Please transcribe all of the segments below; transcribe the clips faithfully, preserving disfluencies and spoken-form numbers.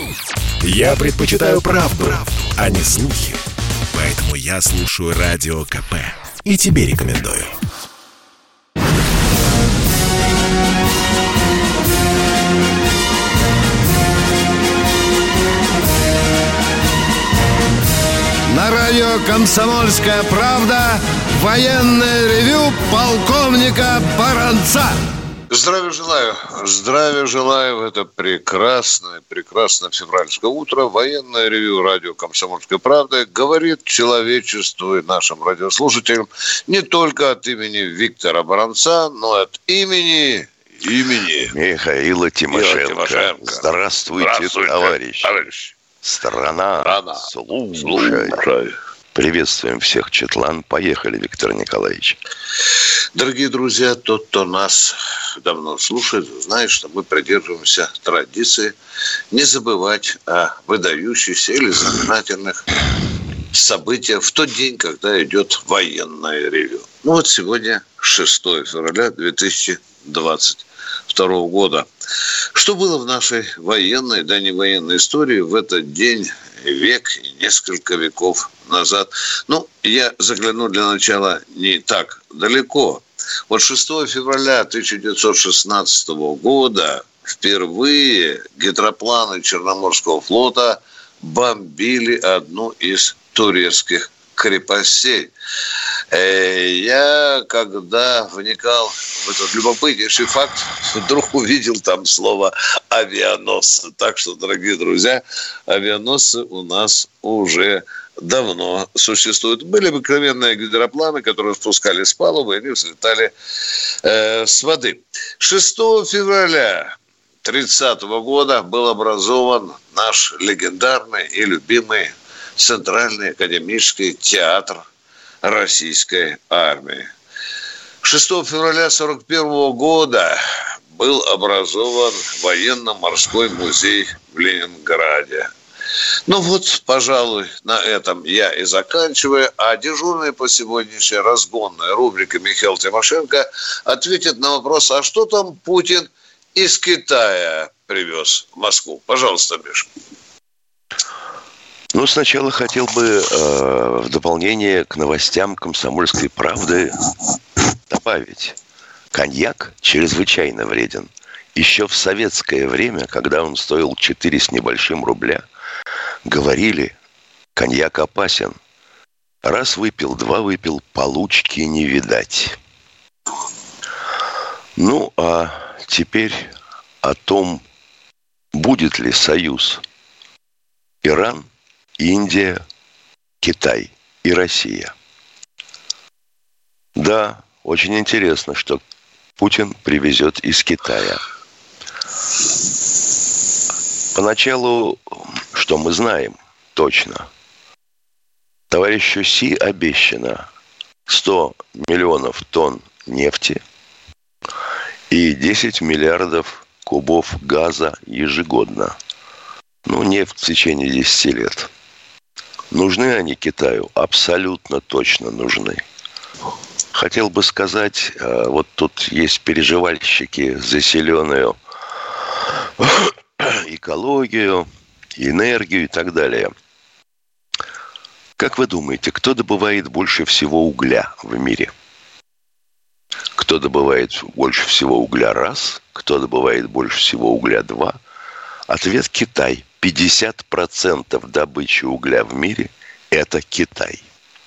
Я предпочитаю правду, правду, а не слухи. Поэтому я слушаю Радио КП. И тебе рекомендую. На радио «Комсомольская правда» военное ревю полковника Баранца. Здравия желаю. Здравия желаю в это прекрасное, прекрасное февральское утро. Военное ревью радио «Комсомольская правда» говорит человечеству и нашим радиослушателям не только от имени Виктора Баранца, но и от имени... имени Михаила Тимошенко. Тимошенко. Здравствуйте, Здравствуйте, товарищи. товарищ. Страна, Страна. слушай. Слушай. Приветствуем всех, Четлан. Поехали, Виктор Николаевич. Дорогие друзья, тот, кто нас давно слушает, знает, что мы придерживаемся традиции не забывать о выдающихся или знаменательных событиях в тот день, когда идет военное ревью. Ну вот сегодня шестое февраля две тысячи двадцать второго года. Что было в нашей военной, да не военной истории в этот день, век и несколько веков назад? Ну, я загляну для начала не так далеко. Вот шестого февраля тысяча девятьсот шестнадцатого года впервые гидропланы Черноморского флота бомбили одну из турецких крепостей. Я, когда вникал в этот любопытнейший факт, вдруг увидел там слово «авианосцы». Так что, дорогие друзья, авианосцы у нас уже давно существуют. Были обыкновенные гидропланы, которые спускали с палубы, и они взлетали э, с воды. шестого февраля тридцатого года был образован наш легендарный и любимый Центральный академический театр Российской армии. шестого февраля сорок первого года был образован военно-морской музей в Ленинграде. Ну вот, пожалуй, на этом я и заканчиваю. А дежурная по сегодняшней разгонная рубрика Михаил Тимошенко ответит на вопрос, а что там Путин из Китая привез в Москву? Пожалуйста, Миша. Ну, сначала хотел бы э, в дополнение к новостям «Комсомольской правды» добавить. Коньяк чрезвычайно вреден. Еще в советское время, когда он стоил четыре с небольшим рубля, говорили, коньяк опасен. Раз выпил, два выпил, получки не видать. Ну, а теперь о том, будет ли союз Иран, Индия, Китай и Россия. Да, очень интересно, что Путин привезет из Китая. Поначалу, что мы знаем точно, товарищу Си обещано сто миллионов тонн нефти и десять миллиардов кубов газа ежегодно. Ну, нефть в течение десяти лет. Нужны они Китаю? Абсолютно точно нужны. Хотел бы сказать, вот тут есть переживальщики за зеленую экологию, энергию и так далее. Как вы думаете, кто добывает больше всего угля в мире? Кто добывает больше всего угля раз? Кто добывает больше всего угля два? Ответ – Китай. пятьдесят процентов добычи угля в мире – это Китай.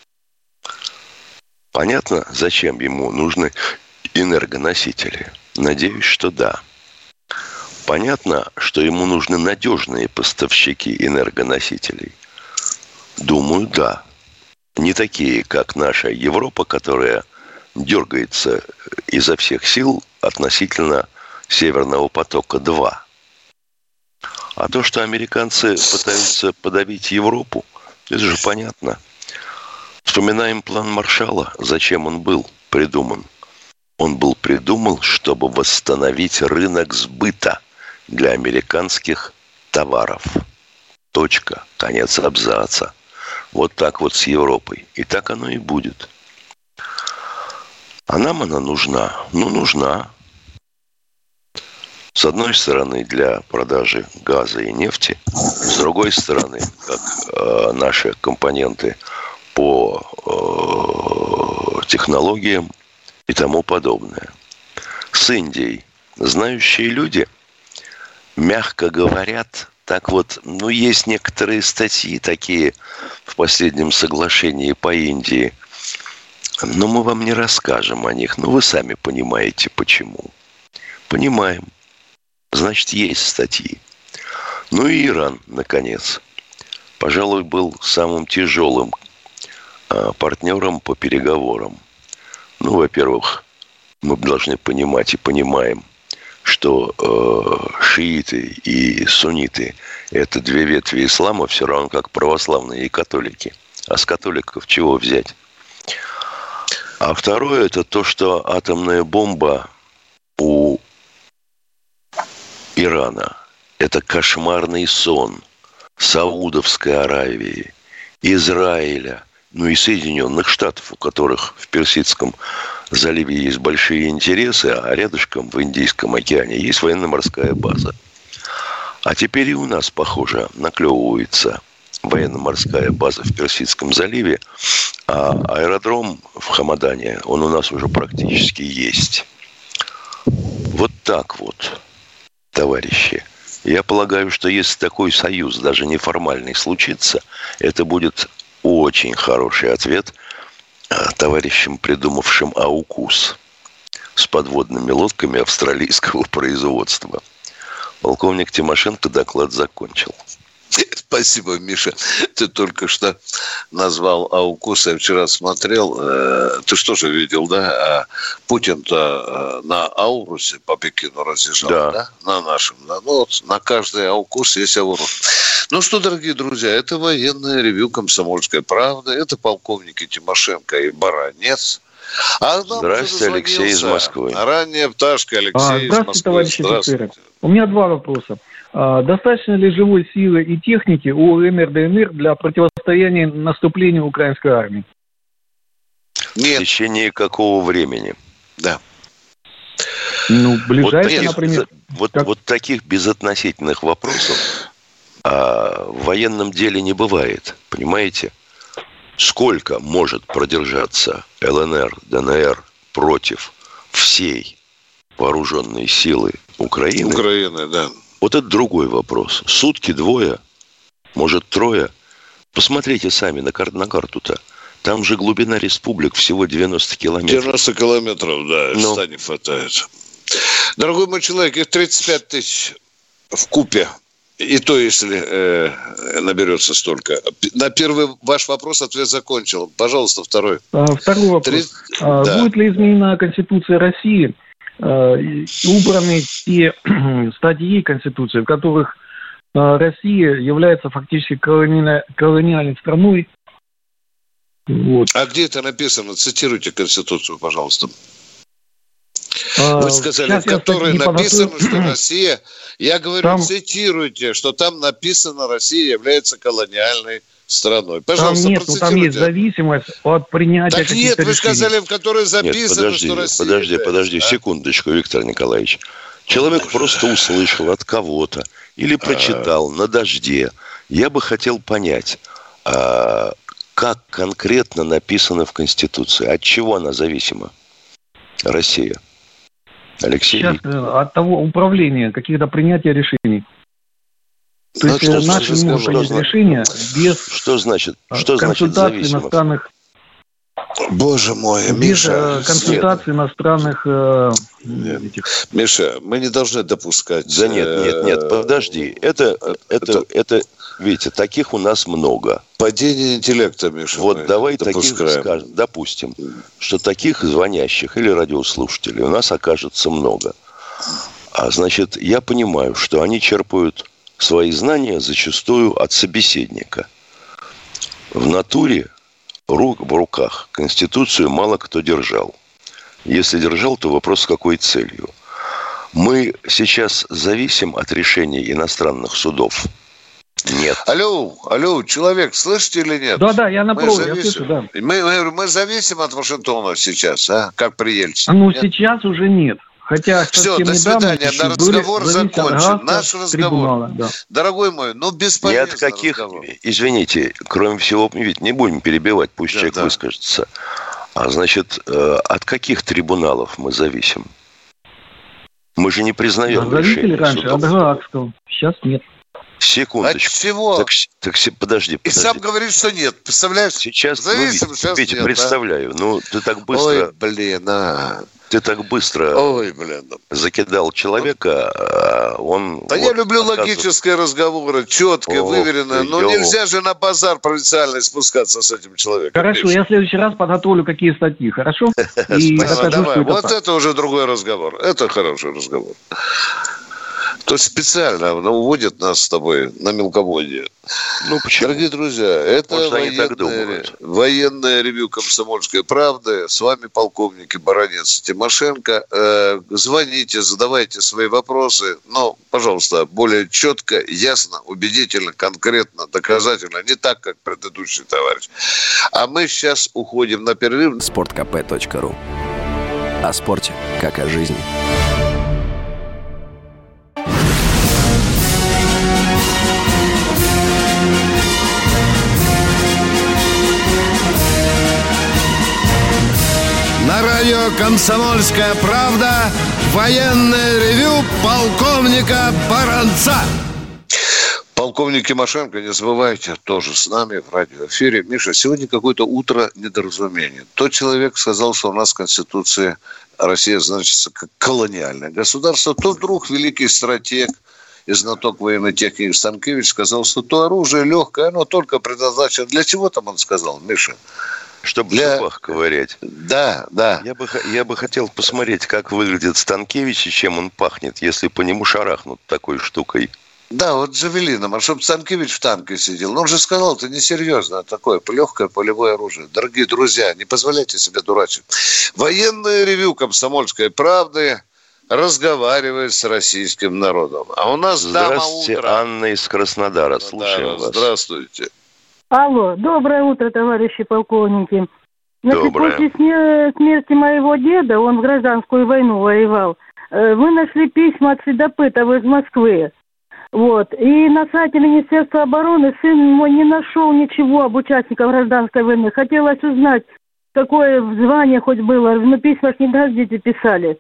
Понятно, зачем ему нужны энергоносители? Надеюсь, что да. Понятно, что ему нужны надежные поставщики энергоносителей? Думаю, да. Не такие, как наша Европа, которая дергается изо всех сил относительно Северного потока-два. А то, что американцы пытаются подавить Европу, это же понятно. Вспоминаем план Маршалла. Зачем он был придуман? Он был придуман, чтобы восстановить рынок сбыта для американских товаров. Точка. Конец абзаца. Вот так вот с Европой. И так оно и будет. А нам она нужна? Ну, нужна. С одной стороны, для продажи газа и нефти, с другой стороны, как э, наши компоненты по э, технологиям и тому подобное. С Индией знающие люди, мягко говорят, так вот, ну, есть некоторые статьи такие в последнем соглашении по Индии, но мы вам не расскажем о них, но вы сами понимаете, почему. Понимаем. Значит, есть статьи. Ну и Иран, наконец, пожалуй, был самым тяжелым а, партнером по переговорам. Ну, во-первых, мы должны понимать и понимаем, что э, шииты и сунниты – это две ветви ислама, все равно как православные и католики. А с католиков чего взять? А второе – это то, что атомная бомба у Ирана – это кошмарный сон Саудовской Аравии, Израиля, ну и Соединенных Штатов, у которых в Персидском заливе есть большие интересы, а рядышком в Индийском океане есть военно-морская база. А теперь и у нас, похоже, наклевывается военно-морская база в Персидском заливе, а аэродром в Хамадане, он у нас уже практически есть. Вот так вот, товарищи. Я полагаю, что если такой союз, даже неформальный, случится, это будет очень хороший ответ товарищам, придумавшим АУКУС с подводными лодками австралийского производства. Полковник Тимошенко доклад закончил. Спасибо, Миша. Ты только что назвал АУКУС. Я вчера смотрел. Ты что же видел, да? Путин-то на Аурусе по Пекину разъезжал, да? да? На нашем. Да? Ну, вот на каждый АУКУС есть Аурус. Ну что, дорогие друзья, это военное ревью «Комсомольской правды». Это полковники Тимошенко и Баранец. А здравствуйте, Алексей из Москвы. Ранняя пташка Алексей а, из Москвы. Товарищи офицеры. У меня два вопроса. А, достаточно ли живой силы и техники у ЛНР, ДНР для противостояния наступлению украинской армии? Нет. В течение какого времени? Да. Ну, ближайшее, вот таких, например. Вот, как... вот таких безотносительных вопросов а, в военном деле не бывает. Понимаете? Сколько может продержаться ЛНР, ДНР против всей вооруженной силы Украины? Украины, да. Вот это другой вопрос. Сутки двое, может трое. Посмотрите сами на, кар- на карту-то. Там же глубина республик всего девяносто километров. девяносто километров, да, Но... ста не хватает. Дорогой мой человек, их тридцать пять тысяч в купе. И то, если э, наберется столько. На первый ваш вопрос ответ закончил. Пожалуйста, второй. Второй вопрос. тридцать... А, да. Будет ли изменена Конституция России, а, убраны те статьи Конституции, в которых а, Россия является фактически колониальной, колониальной страной? Вот. А где это написано? Цитируйте Конституцию, пожалуйста. Вы сказали, в которой написано, подготовлю. Что Россия... Я говорю, там... цитируйте, что там написано, Россия является колониальной страной. Пожалуйста, там нет, ну, там есть зависимость от принятия так каких-то нет, вы решений. сказали, в которой записано, нет, подожди, что Россия подожди, является, подожди, а? секундочку, Виктор Николаевич. Человек Боже. Просто услышал от кого-то или прочитал а... на дожде. Я бы хотел понять, а, как конкретно написано в Конституции, от чего она зависима, Россия? Алексей? Сейчас от того управления, каких-то принятия решений. То ну, есть что, наши не могут принять решения без что значит, что консультаций значит иностранных... Боже мой, без Миша. консультаций нет. иностранных... Э, этих... Миша, мы не должны допускать... Да нет, нет, нет, подожди. Это, это, это, это видите, таких у нас много. Падение интеллекта, Миша. Вот давай таких скажем, допустим, что таких звонящих или радиослушателей у нас окажется много. А значит, я понимаю, что они черпают свои знания зачастую от собеседника. В натуре рук, в руках Конституцию мало кто держал. Если держал, то вопрос с какой целью. Мы сейчас зависим от решений иностранных судов. Нет. Алло, алло, человек, слышите или нет? Да, да, я на проводе, я слышу, да. Мы, мы, мы зависим от Вашингтона сейчас, а? Как при Ельцине. Ну, нет? сейчас уже нет. Хотя все, до свидания. На разговор закончен. Наш разговор. Да. Дорогой мой, ну бесполезно. Ни от каких, разговор. Извините, кроме всего, ведь не будем перебивать, пусть да, человек да. выскажется. А значит, от каких трибуналов мы зависим? Мы же не признаем да, решение раньше, судов. От Гаагского. Сейчас нет. Секундочку. От всего? Так, так, подожди, подожди. И сам говорит, что нет. Представляешь? Сейчас, зависим, ну, сейчас Петя, нет, представляю. Да? Ну, ты так быстро... Ой, блин, а... Ты так быстро Ой, блин. закидал человека, он... Да вот, я люблю оказывается... логические разговоры, четкие, выверенные. Но ё... нельзя же на базар провинциальный спускаться с этим человеком. Хорошо, конечно. Я в следующий раз подготовлю какие статьи, хорошо? И давай, вот это уже другой разговор. Это хороший разговор. То есть специально уводит нас с тобой на мелководье. Ну, почему? Дорогие друзья, это Может, военное, военное ревью «Комсомольской правды». С вами полковники Баранец и Тимошенко. Э, звоните, задавайте свои вопросы. Но, пожалуйста, более четко, ясно, убедительно, конкретно, доказательно. Не так, как предыдущий товарищ. А мы сейчас уходим на перерыв. спорт кэ пэ точка ру. О спорте, как о жизни. На радио «Комсомольская правда» военное ревю полковника Баранца. Полковник Тимошенко, не забывайте, тоже с нами в радиоэфире. Миша, сегодня какое-то утро недоразумение. Тот человек сказал, что у нас в Конституции Россия значится как колониальное государство. То вдруг великий стратег и знаток военной техники Станкевич сказал, что то оружие легкое, оно только предназначено. Для чего там он сказал, Миша? Чтобы Для... в зубах ковырять. Да, да. Я бы, я бы хотел посмотреть, как выглядит Станкевич и чем он пахнет, если по нему шарахнут такой штукой. Да, вот джавелином. А чтобы Станкевич в танке сидел. Но он же сказал, это несерьезно, такое легкое полевое оружие. Дорогие друзья, не позволяйте себе дурачить. Военное ревью «Комсомольской правды» разговаривает с российским народом. А у нас дама утра. Здравствуйте, Анна из Краснодара. Слушаем да, вас. Здравствуйте. Алло, доброе утро, товарищи полковники. Значит, доброе. После смерти моего деда, он в гражданскую войну воевал, мы нашли письма от следопытов из Москвы. Вот. И на сайте Министерства обороны сын мой не нашел ничего об участниках гражданской войны. Хотелось узнать, какое звание хоть было. На письмах не дождите писали.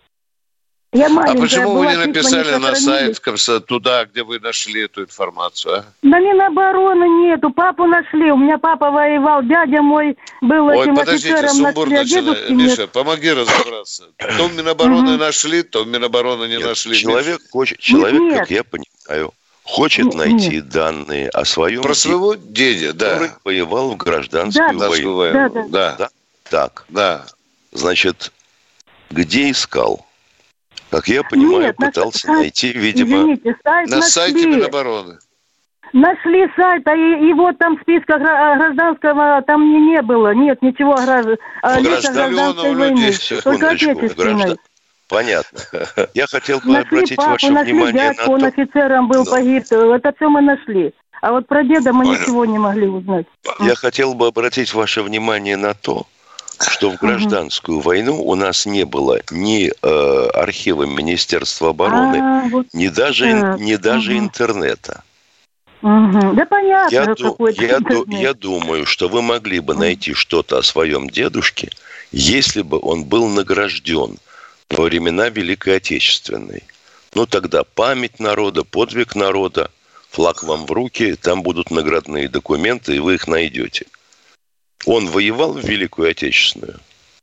Я а почему вы не написали на сайт туда, где вы нашли эту информацию? А? На Минобороны нету. Папу нашли. У меня папа воевал. Дядя мой был Ой, этим подождите, офицером. сумбур начинает. Миша, помоги разобраться. То в Минобороны нашли, то в Минобороны не нет, нашли. Человек, хочет, человек нет. Как я понимаю, хочет нет, найти нет. данные о своем... Про своего дядя, да. Который воевал в гражданскую да, войну. Да, да. Да. да. Так. Да. Значит, где искал? Как я понимаю, Нет, пытался на... найти, видимо... Извините, сайт на нашли. сайте Минобороны. Нашли сайт, а и, и вот там списка гражданского там не, не было. Нет, ничего о, гражд... о гражданской войне. Только отечественной. Граждан... Понятно. Я хотел бы нашли обратить папу, ваше нашли внимание дядьку, на то... он офицером был, да. погиб. Это все мы нашли. А вот про деда мы Понятно. Ничего не могли узнать. Я хотел бы обратить ваше внимание на то, что в гражданскую угу. войну у нас не было ни э, архива Министерства обороны, а, вот ни даже, ни даже угу. интернета. Угу. Да понятно, я, какой я, ду, я думаю, что вы могли бы найти что-то о своем дедушке, если бы он был награжден во времена Великой Отечественной. Ну, тогда память народа, подвиг народа, флаг вам в руки, там будут наградные документы, и вы их найдете. Он воевал в Великую Отечественную?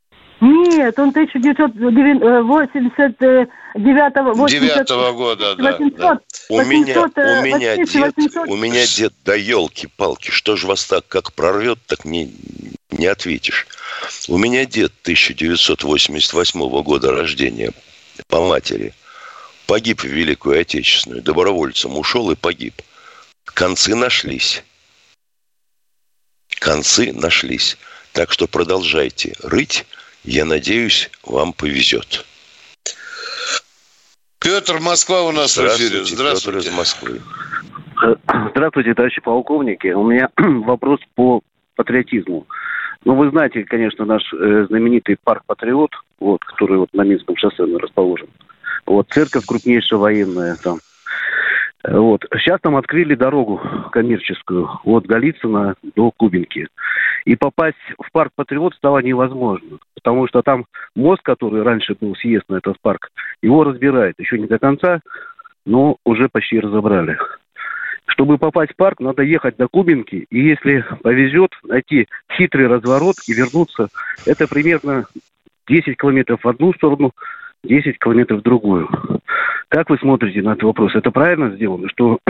Нет, он тысяча девятьсот восемьдесят девятого года, да. восемьсот, да. У меня, у меня дед, у меня дед, да елки-палки, что ж вас так как прорвет, так не, не ответишь. У меня дед тысяча девятьсот восемьдесят восьмого года рождения по матери погиб в Великую Отечественную, добровольцем ушел и погиб. Концы нашлись. Концы нашлись. Так что продолжайте рыть. Я надеюсь, вам повезет. Петр, Москва у нас в эфире. Здравствуйте. Петр из Москвы. Здравствуйте, товарищи полковники. У меня вопрос по патриотизму. Ну, вы знаете, конечно, наш э, знаменитый парк «Патриот», вот, который вот на Минском шоссе расположен. Вот, церковь крупнейшая военная там. Вот. Сейчас там открыли дорогу коммерческую от Голицына до Кубинки. И попасть в парк «Патриот» стало невозможно. Потому что там мост, который раньше был съезд на этот парк, его разбирают. Еще не до конца, но уже почти разобрали. Чтобы попасть в парк, надо ехать до Кубинки. И если повезет, найти хитрый разворот и вернуться. Это примерно десять километров в одну сторону, десять километров в другую. Как вы смотрите на этот вопрос? Это правильно сделано, что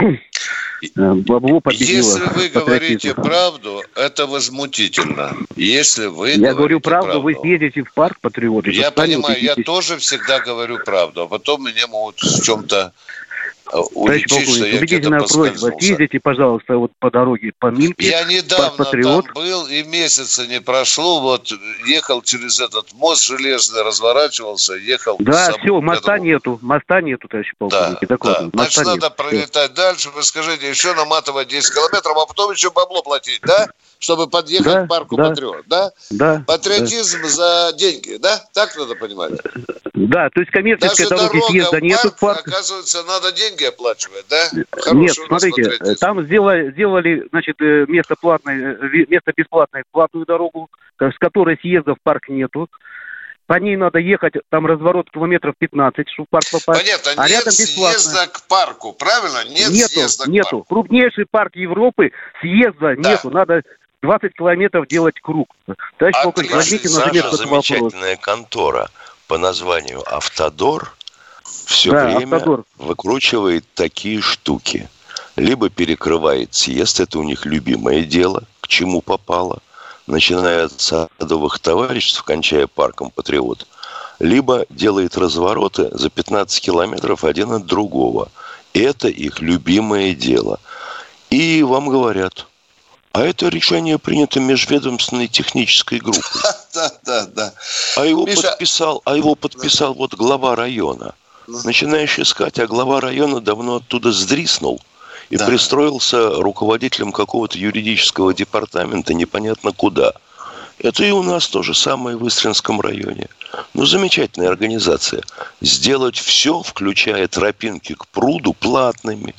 бабло победило? Если вы говорите правду, это возмутительно. Если вы Я говорю правду, правду, вы съедете в парк «Патриот». Я понимаю, я тоже всегда говорю правду, а потом меня могут в чем-то уличить, что я где-то поскользнулся. Съездите, пожалуйста, вот по дороге по Минке. Я недавно там был, и месяца не прошло, вот ехал через этот мост железный, разворачивался, ехал... Да, сам, все, моста этому... нету, моста нету, товарищ полковник. Да, да. Значит, надо нет. пролетать дальше, вы скажите, еще наматывать десять километров, а потом еще бабло платить, да? Чтобы подъехать да, к парку да, «Патриот», да? Да. Патриотизм да. за деньги, да? Так надо понимать? Да, то есть коммерческой дороги съезда нету в парк. Оказывается, надо деньги оплачивать, да? Хороший Нет, смотрите, там сделали, сделали, значит, место платное, место бесплатное, платную дорогу, с которой съезда в парк нету. По ней надо ехать, там разворот километров пятнадцать, чтобы в парк попасть. Понятно, а нет рядом съезда к парку, правильно? Нет нету, съезда к нету. парку. Крупнейший парк Европы, съезда да. нету, надо... двадцать километров делать круг. Товарищ полковник, возьмите на заметку этот вопрос. Замечательная контора по названию «Автодор» все да, время Автодор. выкручивает такие штуки. Либо перекрывает съезд, это у них любимое дело, к чему попало, начиная от садовых товариществ, кончая парком «Патриот», либо делает развороты за пятнадцать километров один от другого. Это их любимое дело. И вам говорят... А это решение принято межведомственной технической группой. Да, да, да. А его Миша... подписал, а его подписал вот глава района. Начинаешь искать, а глава района давно оттуда сдриснул и да. пристроился руководителем какого-то юридического департамента непонятно куда. Это и у нас то же самое в Истринском районе. Ну, замечательная организация. Сделать все, включая тропинки к пруду, платными.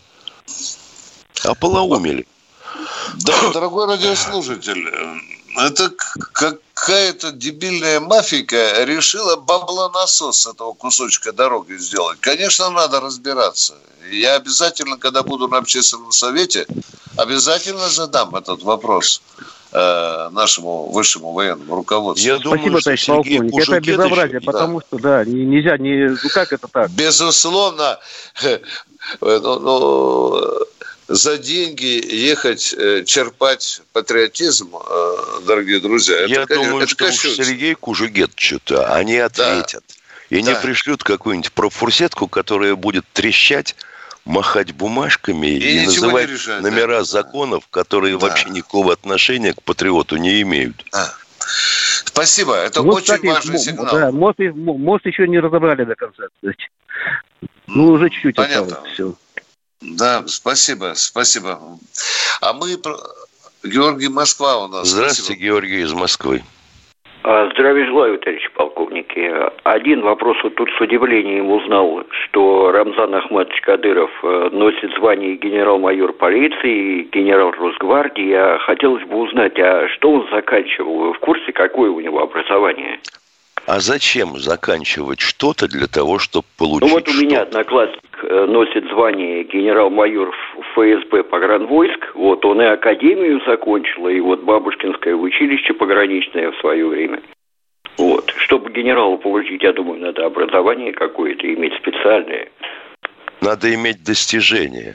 Ополоумели. Да, дорогой радиослушатель, это какая-то дебильная мафия решила баблонасос с этого кусочка дороги сделать. Конечно, надо разбираться. Я обязательно, когда буду на общественном совете, обязательно задам этот вопрос э, нашему высшему военному руководству. Я думаю, Спасибо, товарищ полковник. Это безобразие, еще... потому да. что, да, нельзя, не, ну как это так? Безусловно, ну... ну за деньги ехать, черпать патриотизм, дорогие друзья. Я это, думаю, это что уж Сергей Кужугетовичу-то они ответят. Да. И да. не пришлют какую-нибудь профурсетку, которая будет трещать, махать бумажками и, и называть не решать, номера да. законов, которые да. вообще никакого отношения к патриоту не имеют. А. Спасибо. Это вот, очень кстати, важный м- сигнал. Да, мост, мост еще не разобрали до конца. Ну, уже чуть-чуть Понятно. осталось. Все. Да, спасибо, спасибо. А мы... Георгий, Москва у нас. Здравствуйте, спасибо. Георгий из Москвы. Здравия желаю, товарищи полковники. Один вопрос. Вот тут с удивлением узнал, что Рамзан Ахматович Кадыров носит звание генерал-майор полиции, генерал Росгвардии. А хотелось бы узнать, а что он заканчивал? Вы в курсе, какое у него образование? А зачем заканчивать что-то для того, чтобы получить Ну вот у что-то? меня одноклассник носит звание генерал-майор ФСБ погранвойск. Вот он и академию закончил, и вот Бабушкинское училище пограничное в свое время. Вот. Чтобы генералу получить, я думаю, надо образование какое-то иметь специальное. Надо иметь достижения.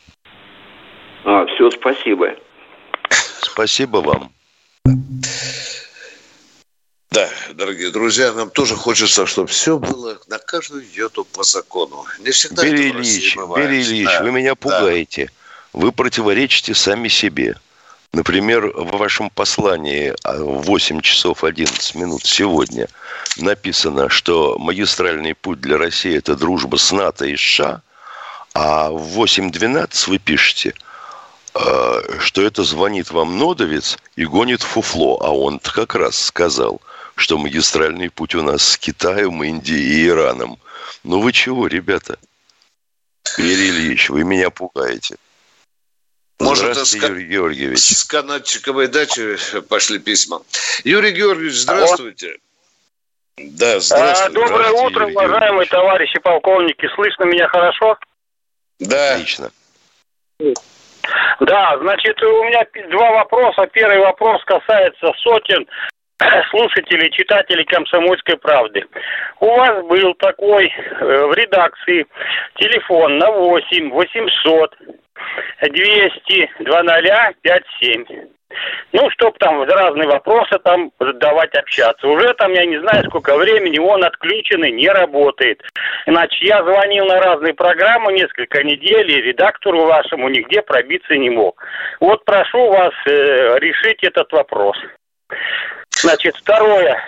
А, все, спасибо. Спасибо вам. Да, дорогие друзья, нам тоже хочется, чтобы все было на каждую йоту по закону. Не всегда Берий это в России Ильич, бывает. Берий Ильич, да, вы меня пугаете. Да. Вы противоречите сами себе. Например, в вашем послании восемь часов одиннадцать минут сегодня написано, что магистральный путь для России – это дружба с НАТО и США, а в восемь двенадцать вы пишете, что это звонит вам нодовец и гонит фуфло. А он как раз сказал, что магистральный путь у нас с Китаем, Индией и Ираном. Ну вы чего, ребята? Юрий Ильич, вы меня пугаете. Может, здравствуйте, с, Юрий Георгиевич. С канатчиковой дачи пошли письма. Юрий Георгиевич, здравствуйте. Алло. Да, здравствуйте. А, доброе здравствуйте, утро, Юрий уважаемые Георгиевич. товарищи полковники. Слышно меня хорошо? Да. Отлично. Да, значит, у меня два вопроса. Первый вопрос касается сотен слушателей, читателей «Комсомольской правды». У вас был такой э, в редакции телефон на восемь восемьсот двести два ноль пять семь. Ну, чтоб там разные вопросы там задавать, общаться. Уже там, я не знаю, сколько времени, он отключен и не работает. Иначе я звонил на разные программы несколько недель, и редактору вашему нигде пробиться не мог. Вот прошу вас э, решить этот вопрос. Значит, второе.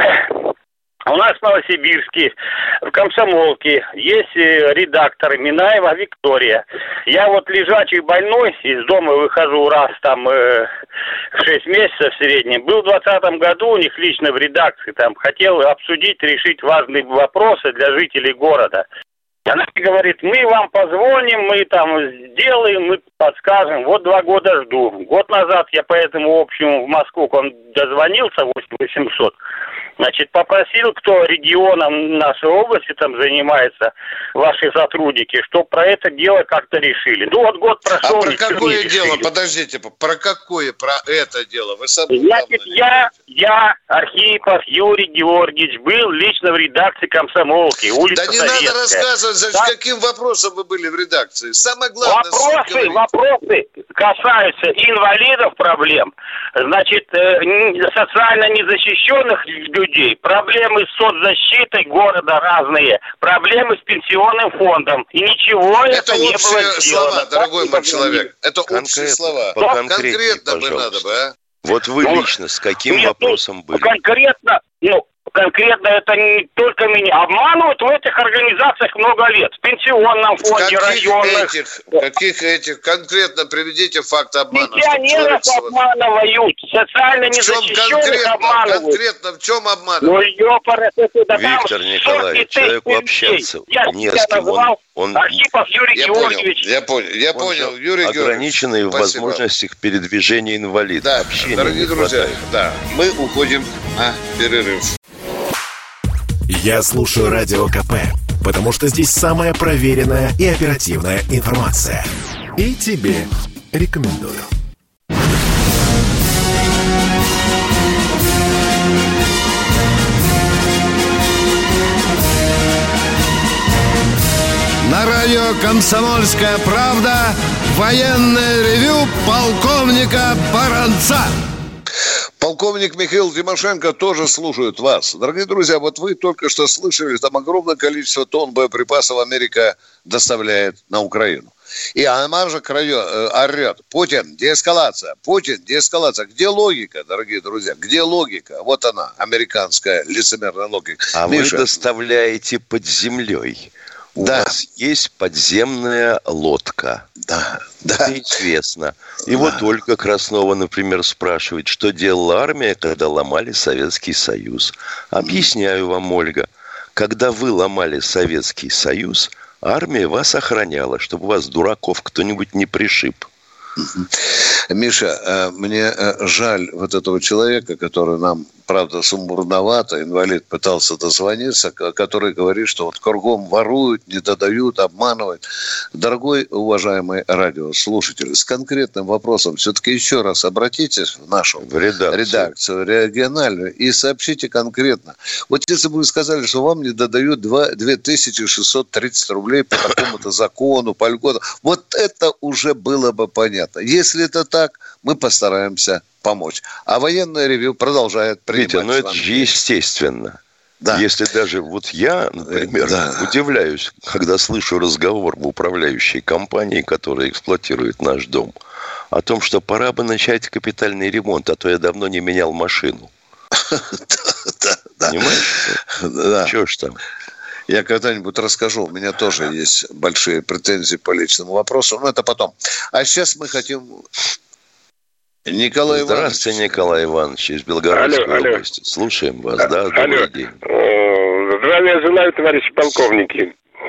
У нас в Новосибирске, в Комсомолке, есть редактор Минаева Виктория. Я вот лежачий больной, из дома выхожу раз там э, в шесть месяцев в среднем. Был в двадцатом году у них лично в редакции, там хотел обсудить, решить важные вопросы для жителей города. Она говорит, мы вам позвоним, мы там сделаем, мы подскажем. Вот два года жду. Год назад я по этому общему в Москву к вам дозвонился, восемь восемьсот. Значит, попросил, кто регионом нашей области там занимается, ваши сотрудники, чтобы про это дело как-то решили. Ну вот год прошел. А про какое не дело? решили. Подождите, про какое про это дело? Вы сами. Значит, я, я, Архипов Юрий Георгиевич, был лично в редакции «Комсомолки», улица Да не Советская. надо рассказывать, за Да. каким вопросом вы были в редакции. Самое главное... Вопросы, вопросы касаются инвалидов проблем, значит, э, социально незащищенных людей, проблемы с соцзащитой города разные, проблемы с пенсионным фондом. И ничего это, это не было общие сделано. слова, дорогой мой человек. Это Конкретно, общие слова. Конкретно бы надо бы, а? Вот вы Ну, лично с каким нет, вопросом были? Конкретно, ну, конкретно это не только меня. Обманывают в этих организациях много лет. В пенсионном фонде, Каких районных. этих, каких этих, конкретно приведите факты обмана. Пенсионеров обманывают, социально В чем незащищенных конкретно, обманывают. конкретно в чем Ну, обманывают? ёпара, это да Виктор там Николаевич, сотни человеку тысяч общаться людей. Я не себя с кем. назвал Он, он, Архипов Юрий Я понял, Георгиевич. я понял, я он понял, же Юрий Георгиевич. ограниченный в спасибо. возможностях передвижения инвалида. Да, Общения дорогие не друзья, хватает. да, мы уходим на перерыв. Я слушаю Радио КП, потому что здесь самая проверенная и оперативная информация. И тебе рекомендую. На радио «Комсомольская правда» военное ревю полковника Баранца. Полковник Михаил Тимошенко тоже слушает вас. Дорогие друзья, вот вы только что слышали, там огромное количество тонн боеприпасов Америка доставляет на Украину. И она же орет: Путин, деэскалация, Путин, деэскалация. Где логика, дорогие друзья? Где логика? Вот она, американская лицемерная логика. А Миша, вы доставляете под землей. У Да. вас есть подземная лодка. Да, да. Это известно. И вот Ольга Краснова, например, спрашивает, что делала армия, когда ломали Советский Союз. Объясняю вам, Ольга. Когда вы ломали Советский Союз, армия вас охраняла, чтобы вас, дураков, кто-нибудь не пришиб. Миша, мне жаль вот этого человека, который нам, правда, сумбурновато, инвалид, пытался дозвониться, который говорит, что вот кругом воруют, не додают, обманывают. Дорогой, уважаемый радиослушатель, с конкретным вопросом все-таки еще раз обратитесь в нашу В редакцию. редакцию региональную и сообщите конкретно. Вот если бы вы сказали, что вам не додают две тысячи шестьсот тридцать рублей по какому-то закону, по льготам, вот это уже было бы понятно. Если это так, мы постараемся помочь. А военное ревью продолжает принимать. Витя, ну это же естественно. Да. Если даже вот я, например, да. удивляюсь, когда слышу разговор в управляющей компании, которая эксплуатирует наш дом, о том, что пора бы начать капитальный ремонт, а то я давно не менял машину. Понимаешь? Да. Чего ж там? Я когда-нибудь расскажу. У меня тоже есть большие претензии по личному вопросу, но это потом. А сейчас мы хотим... Николай Иванович. Здравствуйте, Николай Иванович из Белгородской алло, области. Алло. Слушаем вас, а, да, добрый алло. день. Здравия желаю, товарищи полковники.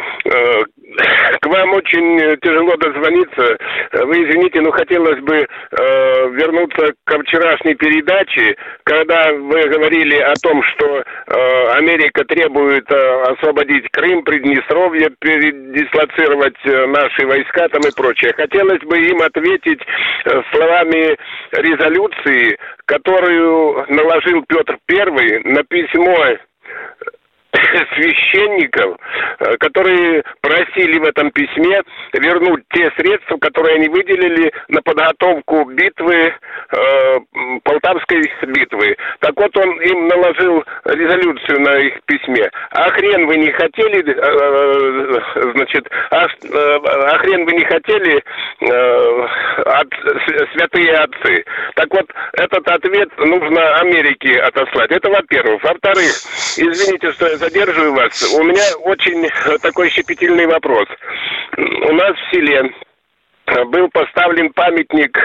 К вам очень тяжело дозвониться. Вы извините, но хотелось бы э, вернуться к вчерашней передаче, когда вы говорили о том, что э, Америка требует э, освободить Крым, Приднестровье, передислоцировать э, наши войска там и прочее. Хотелось бы им ответить э, словами резолюции, которую наложил Петр Первый на письмо священников, которые просили в этом письме вернуть те средства, которые они выделили на подготовку битвы, э, Полтавской битвы. Так вот, он им наложил резолюцию на их письме. А хрен вы не хотели, э, значит, а, а хрен вы не хотели, э, от, святые отцы. Так вот, этот ответ нужно Америке отослать. Это во-первых. Во-вторых, извините, что я задерживаю вас. У меня очень такой щепетильный вопрос. У нас в селе был поставлен памятник,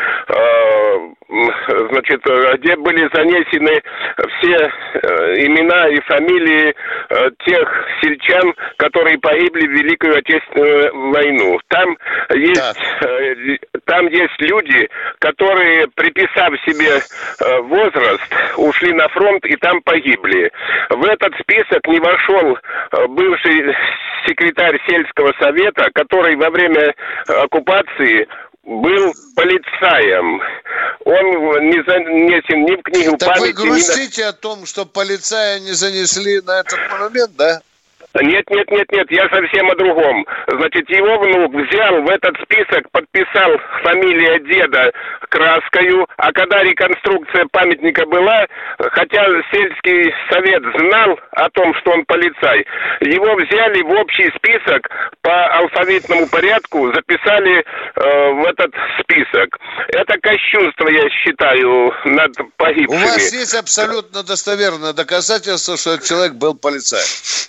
значит, где были занесены все имена и фамилии тех сельчан, которые погибли в Великую Отечественную войну. Там есть, да. там есть люди, которые, приписав себе возраст, ушли на фронт и там погибли. В этот список не вошел бывший секретарь сельского совета, который во время оккупации был полицаем. Он не занесен ни в книгу так памяти... Так вы грустите ни на... о том, что полицая не занесли на этот монумент, да? Нет, нет, нет, нет, я совсем о другом. Значит, его внук взял в этот список, подписал фамилия деда краскою, а когда реконструкция памятника была, хотя сельский совет знал о том, что он полицай, его взяли в общий список по алфавитному порядку, записали э, в этот список. Это кощунство, я считаю, над погибшими. У вас есть абсолютно достоверное доказательство, что этот человек был полицаем?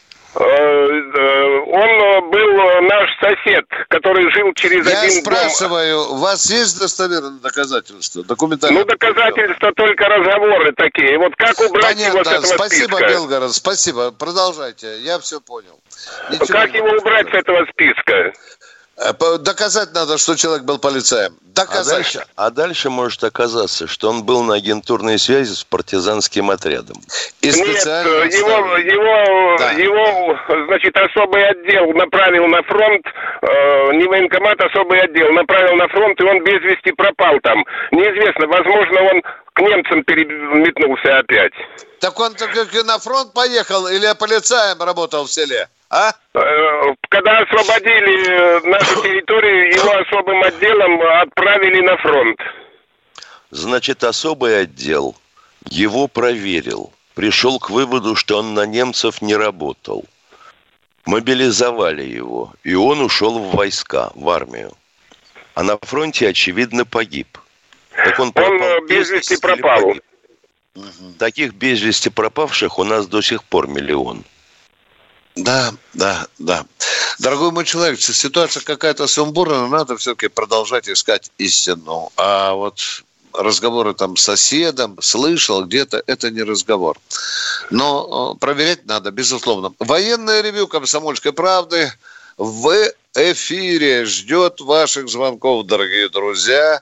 Он был наш сосед, который жил через Я один дом. Я спрашиваю, дом. У вас есть достоверные доказательства? Документальные? Ну, доказательства только разговоры такие. Вот как убрать Понятно. его с этого спасибо, списка? Белгород, спасибо. Продолжайте, я все понял. Ничего как его убрать с этого списка? Доказать надо, что человек был полицаем. Доказать. А дальше, а дальше может оказаться, что он был на агентурной связи с партизанским отрядом. И Нет, его, его, да. его, значит, особый отдел направил на фронт, э, не военкомат, особый отдел направил на фронт, и он без вести пропал там. Неизвестно, возможно, он к немцам переметнулся опять. Так он только на фронт поехал или полицаем работал в селе? А? Когда освободили нашу территорию, его особым отделом отправили на фронт. Значит, особый отдел его проверил. Пришел к выводу, что он на немцев не работал. Мобилизовали его, и он ушел в войска, в армию. А на фронте, очевидно, погиб. Так он, он без вести пропал. Угу. Таких без вести пропавших у нас до сих пор миллион. Да, да, да. Дорогой мой человек, ситуация какая-то сумбурная, но надо все-таки продолжать искать истину. А вот разговоры там с соседом, слышал где-то, это не разговор. Но проверять надо, безусловно. Военное ревью «Комсомольской правды» в эфире ждет ваших звонков, дорогие друзья.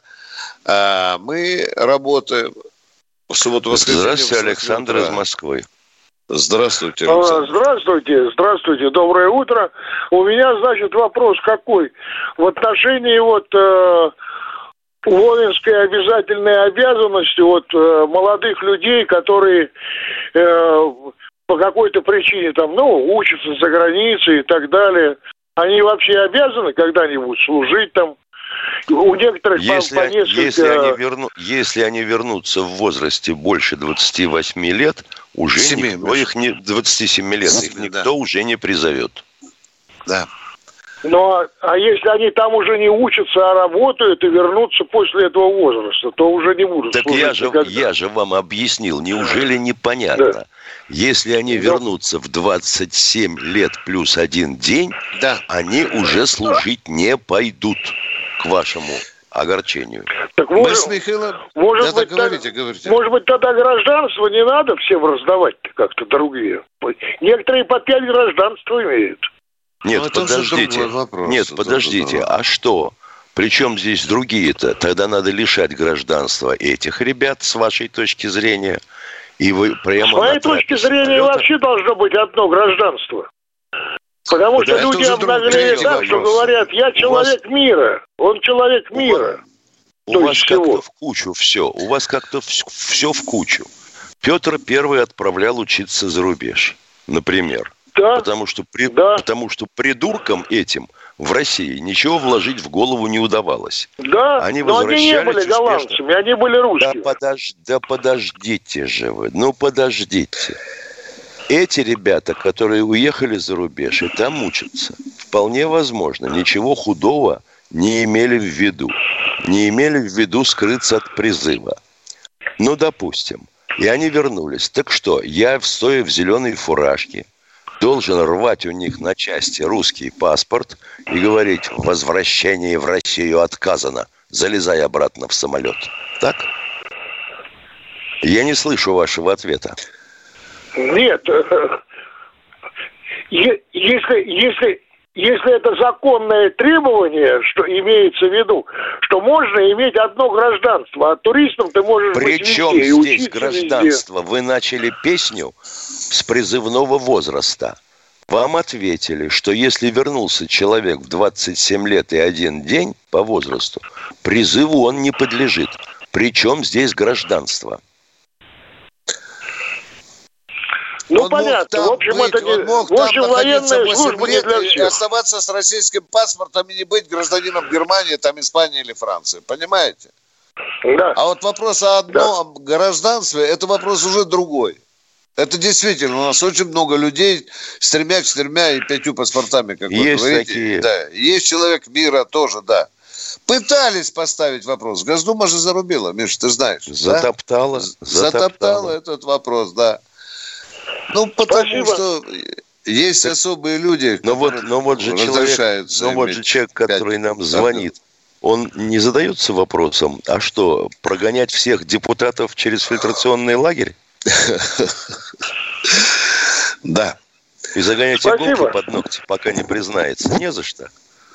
Мы работаем в субботу-воскресенье. Здравствуйте, Александр из Москвы. Здравствуйте, Александр. Здравствуйте, здравствуйте, доброе утро. У меня, значит, вопрос какой? В отношении вот э, воинской обязательной обязанности вот э, молодых людей, которые э, по какой-то причине там, ну, учатся за границей и так далее, они вообще обязаны когда-нибудь служить там? У некоторых если, по, по несколько... если, они верну, если они вернутся в возрасте больше двадцати восьми лет, уже семи, никто их не... двадцати семи лет, их никто да. уже не призовет. Да. Ну, а, а если они там уже не учатся, а работают и вернутся после этого возраста, то уже не будут так служить я же, никогда. я же вам объяснил, неужели непонятно? Да. Если они да. вернутся в двадцать семь лет плюс один день, да. они уже служить не пойдут, к вашему огорчению. Так Мы может, с Михаилом... Может, да, быть, да, говорите, так, говорите. может быть, тогда гражданство не надо всем раздавать-то как-то другие. Некоторые по пять гражданства имеют. Нет, ну, подождите. Вопрос, Нет, подождите. А что? Причем здесь другие-то? Тогда надо лишать гражданства этих ребят, с вашей точки зрения. И вы прямо... С моей точки зрения самолета... вообще должно быть одно гражданство. Потому что да, люди обнаглели так, вопрос. Что говорят, я человек вас... мира. Он человек мира. У вас, у вас как-то в кучу все. У вас как-то все в кучу. Петр Первый отправлял учиться за рубеж, например. Да, потому, что при... да. потому что придуркам этим в России ничего вложить в голову не удавалось. Да, они но они не были успешно. Голландцами, они были русскими. Да, подож... да подождите же вы, ну подождите. Эти ребята, которые уехали за рубеж и там учатся, вполне возможно, ничего худого не имели в виду. Не имели в виду скрыться от призыва. Ну, допустим. И они вернулись. Так что, я, стоя в зеленой фуражке, должен рвать у них на части русский паспорт и говорить: возвращение в Россию отказано, залезай обратно в самолет. Так? Я не слышу вашего ответа. Нет. Если, если, если это законное требование, что имеется в виду, что можно иметь одно гражданство, а туристом ты можешь быть везде. Причем здесь гражданство? Везде. Вы начали песню с призывного возраста. Вам ответили, что если вернулся человек в двадцать семь лет и один день по возрасту, призыву он не подлежит. Причем здесь гражданство? Ну, он понятно. В общем, быть, это не... В общем, военная служба не для всех. И оставаться с российским паспортом и не быть гражданином Германии, там, Испании или Франции. Понимаете? Да. А вот вопрос о одном да. гражданстве, это вопрос уже другой. Это действительно, у нас очень много людей с тремя, четырьмя и пятью паспортами, как есть вы говорите. Такие. Да. Есть человек мира тоже, да. Пытались поставить вопрос. Госдума же зарубила, Миша, ты знаешь. Затоптала. Да? Затоптала. Затоптала этот вопрос, да. Ну, потому Спасибо. Что есть так, особые люди, но вот, но вот же человек, но вот же человек, который пять... нам звонит, он не задается вопросом, а что, прогонять всех депутатов через фильтрационный лагерь? Да. И загонять иголки под ногти, пока не признается. Не за что.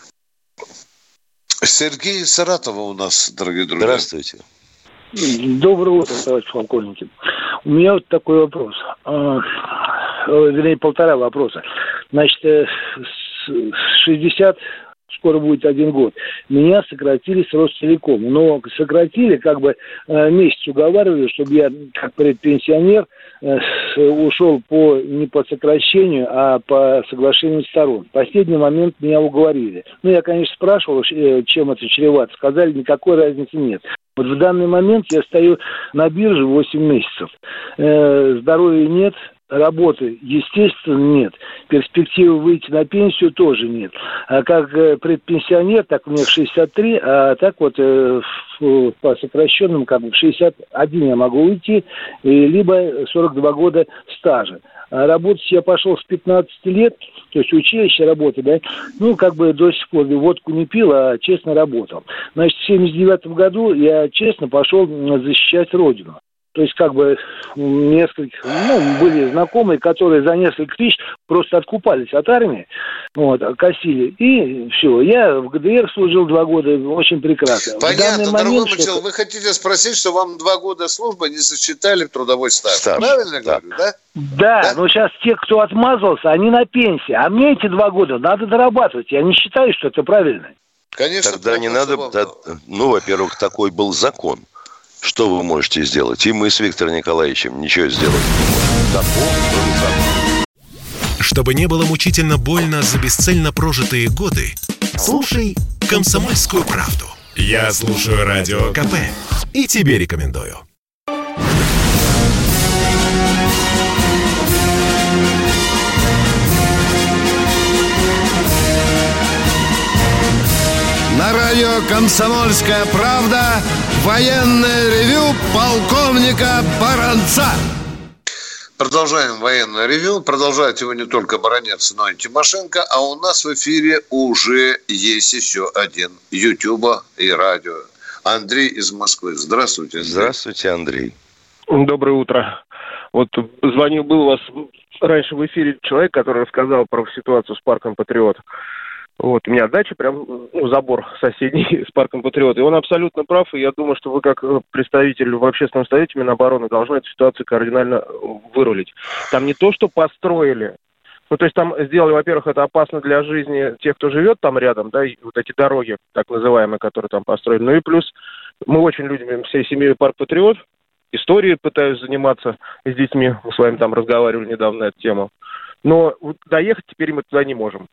Сергей из Саратова у нас, дорогие друзья. Здравствуйте. Доброе утро, товарищ полковник. У меня вот такой вопрос. Вернее, полтора вопроса. Значит, шестьдесят, скоро будет один год. Меня сократили с Ростелеком. Но сократили, как бы месяц уговаривали, чтобы я, как предпенсионер, ушел по, не по сокращению, а по соглашению сторон. В последний момент меня уговорили. Ну, я, конечно, спрашивал, чем это чревато. Сказали, никакой разницы нет. Вот в данный момент я стою на бирже восемь месяцев. Э, здоровья нет, работы, естественно, нет. Перспективы выйти на пенсию тоже нет. А как предпенсионер, так мне в шестьдесят три, а так вот э, в, по сокращенным, как бы в шестьдесят один я могу уйти, и, либо сорок два года стажа. А работать я пошел с пятнадцати лет, то есть училище работы, да, ну, как бы до сих пор водку не пил, а честно работал. Значит, в семьдесят девятом году я честно пошел защищать Родину. То есть, как бы, несколько, ну, были знакомые, которые за несколько тысяч просто откупались от армии, вот, косили, и все. Я в ГДР служил два года, очень прекрасно. Понятно, дорогой мой человек, вы хотите спросить, что вам два года службы не засчитали в трудовой стаж. стаж. Правильно да. говорю, да? Да, да, но сейчас те, кто отмазался, они на пенсии, а мне эти два года надо дорабатывать. Я не считаю, что это правильно. Конечно. Тогда не надо, да, ну, во-первых, такой был закон. Что вы можете сделать? И мы с Виктором Николаевичем ничего сделать не можем. Чтобы не было мучительно больно за бесцельно прожитые годы, слушай «Комсомольскую правду». Я слушаю Радио КП и тебе рекомендую. На радио «Комсомольская правда» военное ревю полковника Баранца. Продолжаем военное ревю. Продолжает его не только Баранец, но и Тимошенко. А у нас в эфире уже есть еще один Ютуба и радио. Андрей из Москвы. Здравствуйте, Андрей. Здравствуйте, Андрей. Доброе утро. Вот звонил, был у вас раньше в эфире человек, который рассказал про ситуацию с парком «Патриот». Вот, у меня дача, прям ну, забор соседний с парком «Патриот». И он абсолютно прав, и я думаю, что вы как представитель в общественном совете Минобороны должны эту ситуацию кардинально вырулить. Там не то, что построили, ну, то есть там сделали, во-первых, это опасно для жизни тех, кто живет там рядом, да, и вот эти дороги, так называемые, которые там построили. Ну и плюс мы очень любим всей семьей парк «Патриот», историей пытаюсь заниматься с детьми, мы с вами там разговаривали недавно на эту тему. Но вот доехать теперь мы туда не можем.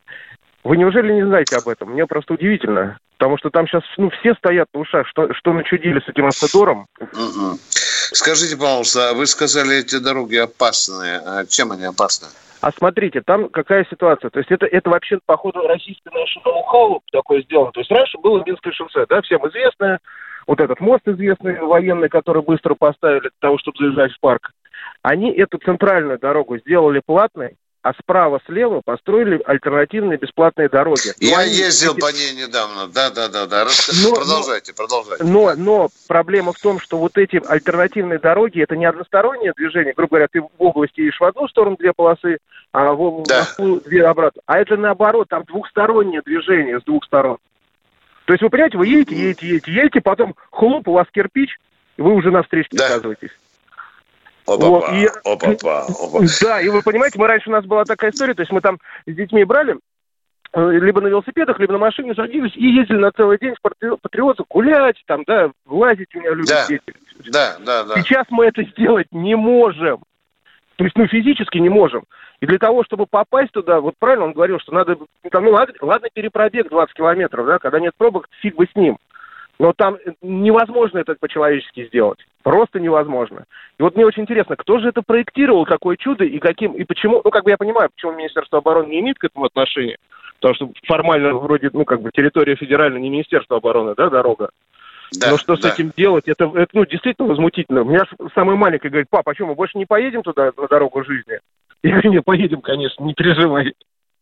Вы неужели не знаете об этом? Мне просто удивительно. Потому что там сейчас ну, все стоят на ушах, что, что начудили с этим автодором. Угу. Скажите, пожалуйста, вы сказали, эти дороги опасные. А чем они опасны? А смотрите, там какая ситуация. То есть это, это вообще, походу, российское наше ноу-хау такое сделано. То есть раньше было Минское шоссе, да, всем известное. Вот этот мост известный, военный, который быстро поставили для того, чтобы заезжать в парк. Они эту центральную дорогу сделали платной, а справа-слева построили альтернативные бесплатные дороги. Я они... ездил по ней недавно, да-да-да. Но, продолжайте, но, продолжайте. Но, но проблема в том, что вот эти альтернативные дороги, это не одностороннее движение. Грубо говоря, ты в области едешь в одну сторону две полосы, а в да. Москву две обратно. А это наоборот, там двухстороннее движение с двух сторон. То есть вы понимаете, вы едете, едете, едете, едете, потом хлоп, у вас кирпич, и вы уже на встречке да. оказываетесь. Опа-па, вот, и, опа-па, опа-па. Да, и вы понимаете, мы раньше у нас была такая история, то есть мы там с детьми брали, либо на велосипедах, либо на машине садились и ездили на целый день в Патриотах гулять, там, да, лазить у меня любят да. дети. Да, да, да. Сейчас мы это сделать не можем. То есть, ну, физически не можем. И для того, чтобы попасть туда, вот правильно он говорил, что надо, там, ну, ладно, ладно, перепробег двадцать километров, да, когда нет пробок, фиг бы с ним. Но там невозможно это по-человечески сделать. Просто невозможно. И вот мне очень интересно, кто же это проектировал, такое чудо, и каким, и почему, ну, как бы я понимаю, почему Министерство обороны не имеет к этому отношения, потому что формально вроде, ну, как бы территория федеральная, не Министерство обороны, да, дорога. Да, Но что да. с этим делать, это, это, ну, действительно возмутительно. У меня самый маленький говорит: пап, а что, мы больше не поедем туда, на дорогу жизни? Я говорю: не, поедем, конечно, не переживай.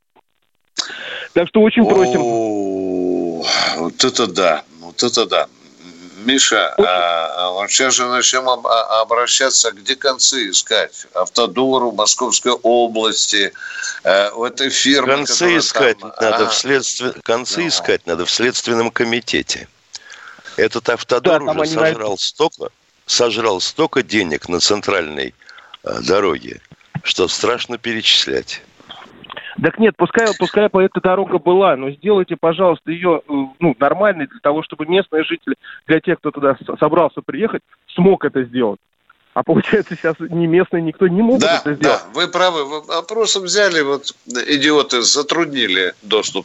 Так что очень просим. Вот это да, вот это да. Миша, а, сейчас же начнем об, обращаться, где концы искать? Автодору, Московской области, э, в этой фирме. Концы искать там... надо а, в следстве... концы ну. искать надо в Следственном комитете. Этот автодор да, уже сожрал найдут. столько, сожрал столько денег на центральной э, дороге, что страшно перечислять. Так нет, пускай, пускай эта дорога была, но сделайте, пожалуйста, ее ну, нормальной для того, чтобы местные жители, для тех, кто туда собрался приехать, смог это сделать. А получается, сейчас ни местные, никто не могут да, это сделать. Да, вы правы. Вы просто взяли, вот идиоты, затруднили доступ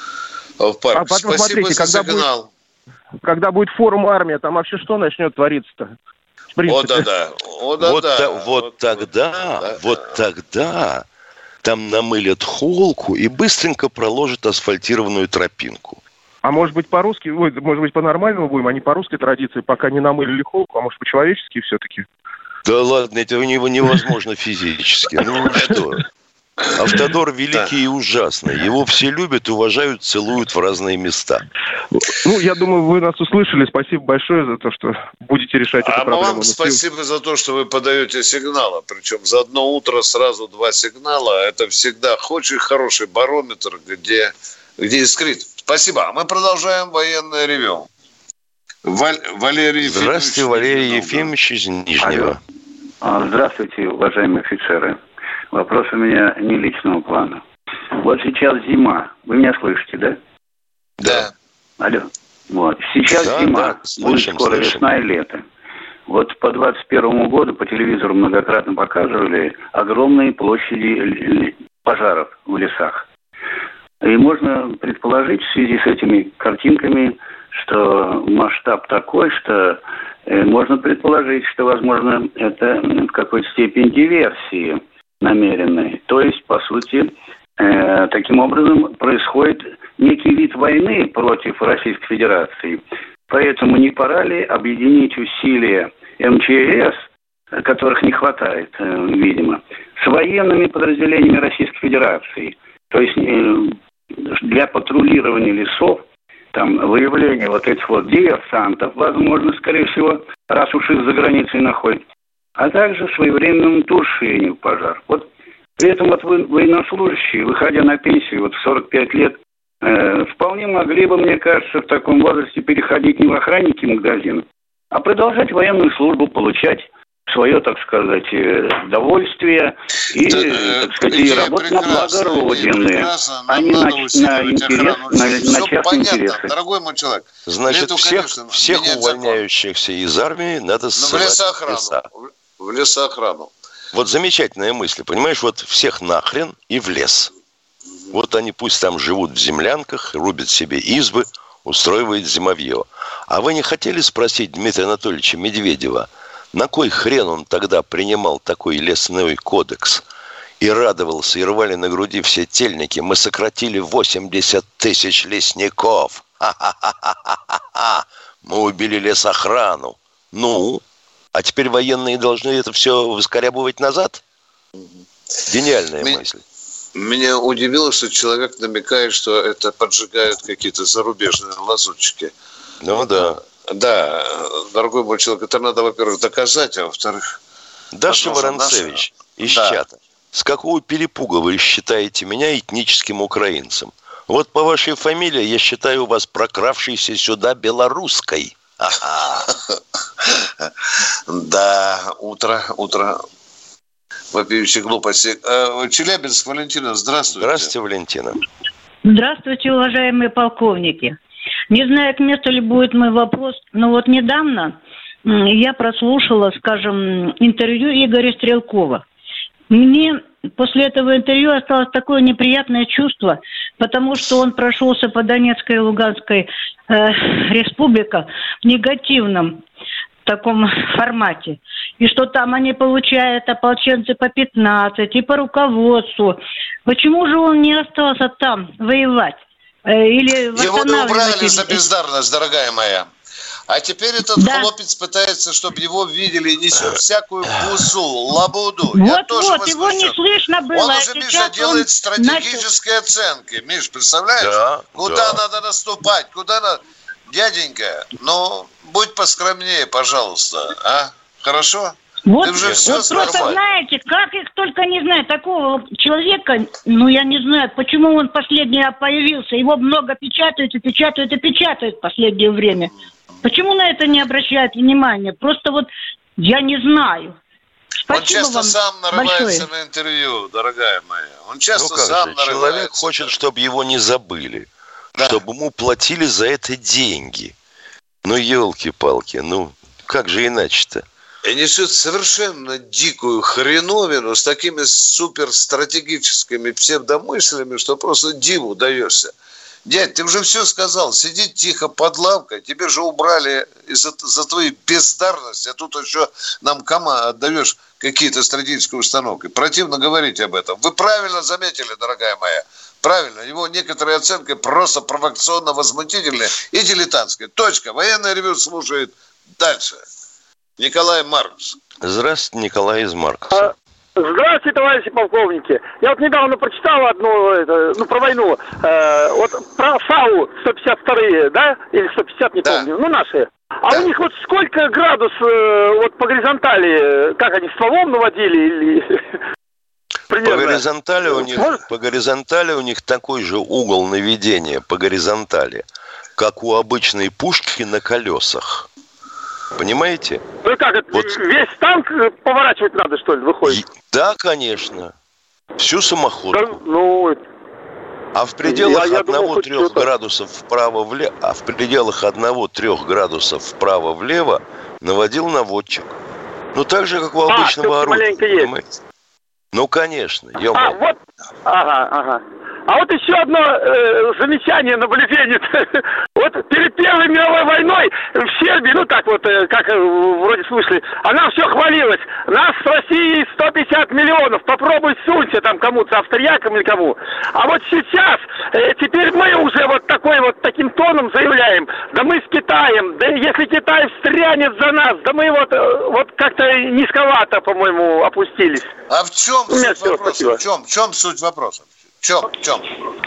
в парк. А потом, Спасибо смотрите, за когда сигнал. Будет, когда будет форум «Армия», там вообще что начнет твориться-то? О, да-да. О, да, вот, да. Та, вот, вот тогда, да, вот да. тогда... Там намылят холку и быстренько проложат асфальтированную тропинку. А может быть по-русски, ой, может быть по-нормальному будем, а не по русской традиции, пока не намылили холку, а может по-человечески все-таки? Да ладно, это у него невозможно физически. Ну что? Автодор великий и ужасный. Его все любят, уважают, целуют в разные места. Ну, я думаю, вы нас услышали. Спасибо большое за то, что будете решать эту а проблему. А вам спасибо за то, что вы подаете сигналы. Причем за одно утро сразу два сигнала. Это всегда очень хороший барометр, где, где искрит. Спасибо. А мы продолжаем военное ревю. Валь, Валерий Здравствуйте, Валерий Ефимович из Нижнего. Здравствуйте, уважаемые офицеры. Вопрос у меня не личного плана. Вот сейчас зима. Вы меня слышите, да? Да. Алло. Вот. Сейчас да, зима. Да, слышим, будет скоро слышим. весна и лето. Вот по двадцать первому году по телевизору многократно показывали огромные площади пожаров в лесах. И можно предположить в связи с этими картинками, что масштаб такой, что э, можно предположить, что, возможно, это в какой-то степени диверсии намеренной. То есть, по сути, э, таким образом происходит некий вид войны против Российской Федерации. Поэтому не пора ли объединить усилия эм че эс, которых не хватает, видимо, с военными подразделениями Российской Федерации? То есть для патрулирования лесов, там, выявления вот этих вот диверсантов, возможно, скорее всего, раз уж их за границей находят, а также своевременному тушению пожара. Вот при этом вот вы, военнослужащие, выходя на пенсию вот в сорок пять лет, э, вполне могли бы, мне кажется, в таком возрасте переходить не в охранники магазина, а продолжать военную службу, получать свое, так сказать, удовольствие и, да, так сказать, и работать на благо Родины, а не на, на, интерес, на, на частные интересы. Дорогой мой человек. Значит, эту, всех, конечно, всех увольняющихся закон. Из армии надо ссылать в лесоохрану. Леса. В лесоохрану. Вот замечательная мысль, понимаешь, вот всех нахрен и в лес. Вот они пусть там живут в землянках, рубят себе избы, устраивают зимовье. А вы не хотели спросить Дмитрия Анатольевича Медведева, на кой хрен он тогда принимал такой лесной кодекс и радовался, и рвали на груди все тельники? Мы сократили восемьдесят тысяч лесников. Ха-ха-ха-ха-ха-ха. Мы убили лесохрану. Ну, а теперь военные должны это все выскорябывать назад? Гениальная Ми- мысль. Меня удивило, что человек намекает, что это поджигают какие-то зарубежные лазутчики. Ну да. Да, дорогой мой человек, это надо, во-первых, доказать, а во-вторых... Даша Воронцевич наши... из да. чата. С какого перепуга вы считаете меня этническим украинцем? Вот по вашей фамилии я считаю вас прокравшейся сюда белорусской. Да, утро, утро вопиющей глупости. Челябинск, Валентина, здравствуйте. Здравствуйте, Валентина. Здравствуйте, уважаемые полковники. Не знаю, к месту ли будет мой вопрос, но вот недавно я прослушала, скажем, интервью Игоря Стрелкова. Мне после этого интервью осталось такое неприятное чувство, потому что он прошелся по Донецкой и Луганской э, республикам в негативном таком формате. И что там они получают ополченцы по пятнадцать и по руководству. Почему же он не остался там воевать? Или его убрали за бездарность, дорогая моя. А теперь этот да. хлопец пытается, чтобы его видели, и несет всякую бузу, лабуду. Вот, Я тоже вот, его не слышно было. Он уже, Миша, делает стратегические начал... оценки. Миш, представляешь? Да, куда да. надо наступать, куда надо... Дяденька, ну, будь поскромнее, пожалуйста, а? Хорошо? Вот, вот просто знаете, как их только не знаю, такого человека, ну я не знаю, почему он последний появился, его много печатают и печатают и печатают в последнее время. Почему на это не обращают внимания? Просто вот я не знаю. Спасибо он часто вам сам нарывается большое. На интервью, дорогая моя. Он часто ну, как сам же, нарывается. Человек хочет, чтобы его не забыли, да. чтобы ему платили за это деньги. Ну, елки-палки, ну, как же иначе-то? И несет совершенно дикую хреновину с такими суперстратегическими псевдомыслями, что просто диву даешься. Дядь, ты уже все сказал, сиди тихо под лавкой, тебе же убрали из-за за твоей бездарности, а тут еще нам кома отдаешь какие-то стратегические установки. Противно говорить об этом. Вы правильно заметили, дорогая моя, правильно, его некоторые оценки просто провокационно-возмутительные и дилетантские. Точка. Военное ревю слушает дальше. Николай Маркс. Здравствуйте, Николай из Маркса. Здравствуйте, товарищи полковники. Я вот недавно прочитал одну, это, ну, про войну. Э, вот про САУ сто пятьдесят вторые, да? Или сто пятьдесят, не да. помню. Ну, наши. А да. у них вот сколько градус э, вот по горизонтали, как они, стволом наводили или... По горизонтали, у них, по горизонтали у них такой же угол наведения по горизонтали, как у обычной пушки на колесах. Понимаете? Ну как, это вот. Весь танк поворачивать надо, что ли, выходит? Да, конечно. Всю самоходку. Да, ну... А в пределах одного-трех градусов вправо-влево, а в пределах одного-трех градусов вправо-влево наводил наводчик. Ну так же, как у обычного а, орудия. Ну, конечно. А, вот. Ага, ага. А вот еще одно э, замечание, наблюдение. Вот перед Первой мировой войной в Сербии, ну так вот, э, как э, вроде слышали, она все хвалилась. Нас с Россией сто пятьдесят миллионов. Попробуй сунься там кому-то, австриякам или кому. А вот сейчас, э, теперь мы уже вот такой вот таким тоном заявляем. Да мы с Китаем. Да если Китай встрянет за нас, да мы вот, э, вот как-то низковато, по-моему, опустились. А в чем У меня суть все, вопроса? спасибо. В чем, в чем суть вопроса? В чем? В чем?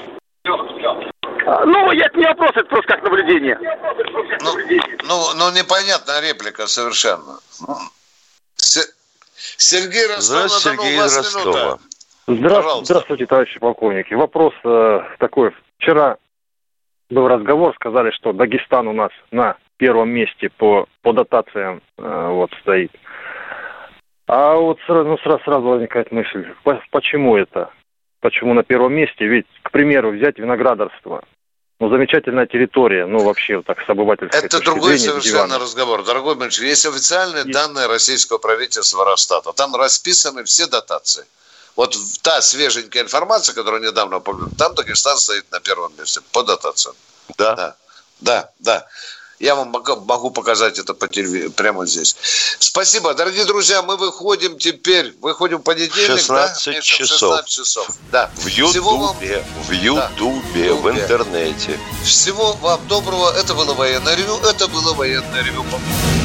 Ну, это не вопрос, это просто как наблюдение. Ну, ну, ну непонятная реплика совершенно. С- Сергей Ростов, Здравствуйте, Сергей из Ростова. Здравствуйте, здравствуйте, товарищи полковники. Вопрос э, такой. Вчера был разговор, сказали, что Дагестан у нас на первом месте по, по дотациям э, вот стоит. А вот сразу, ну, сразу, сразу возникает мысль, почему это? Почему на первом месте? Ведь, к примеру, взять виноградарство. Ну, замечательная территория, ну, вообще, вот так, с обывательской Это точки другой зрения, совершенно дивана. разговор. Дорогой мальчик, есть официальные есть. данные российского правительства Росстата. Там расписаны все дотации. Вот та свеженькая информация, которую недавно опубликовали, там Дагестан стоит на первом месте по дотациям. Да? Да, да, да. Я вам могу показать это по телевизору, прямо здесь. Спасибо. Дорогие друзья, мы выходим теперь, выходим в понедельник. шестнадцать да? часов. шестнадцать часов. Да. В Ютубе, в Ютубе, да. в интернете. Всего вам доброго. Это было военное ревю. Это было военное ревю.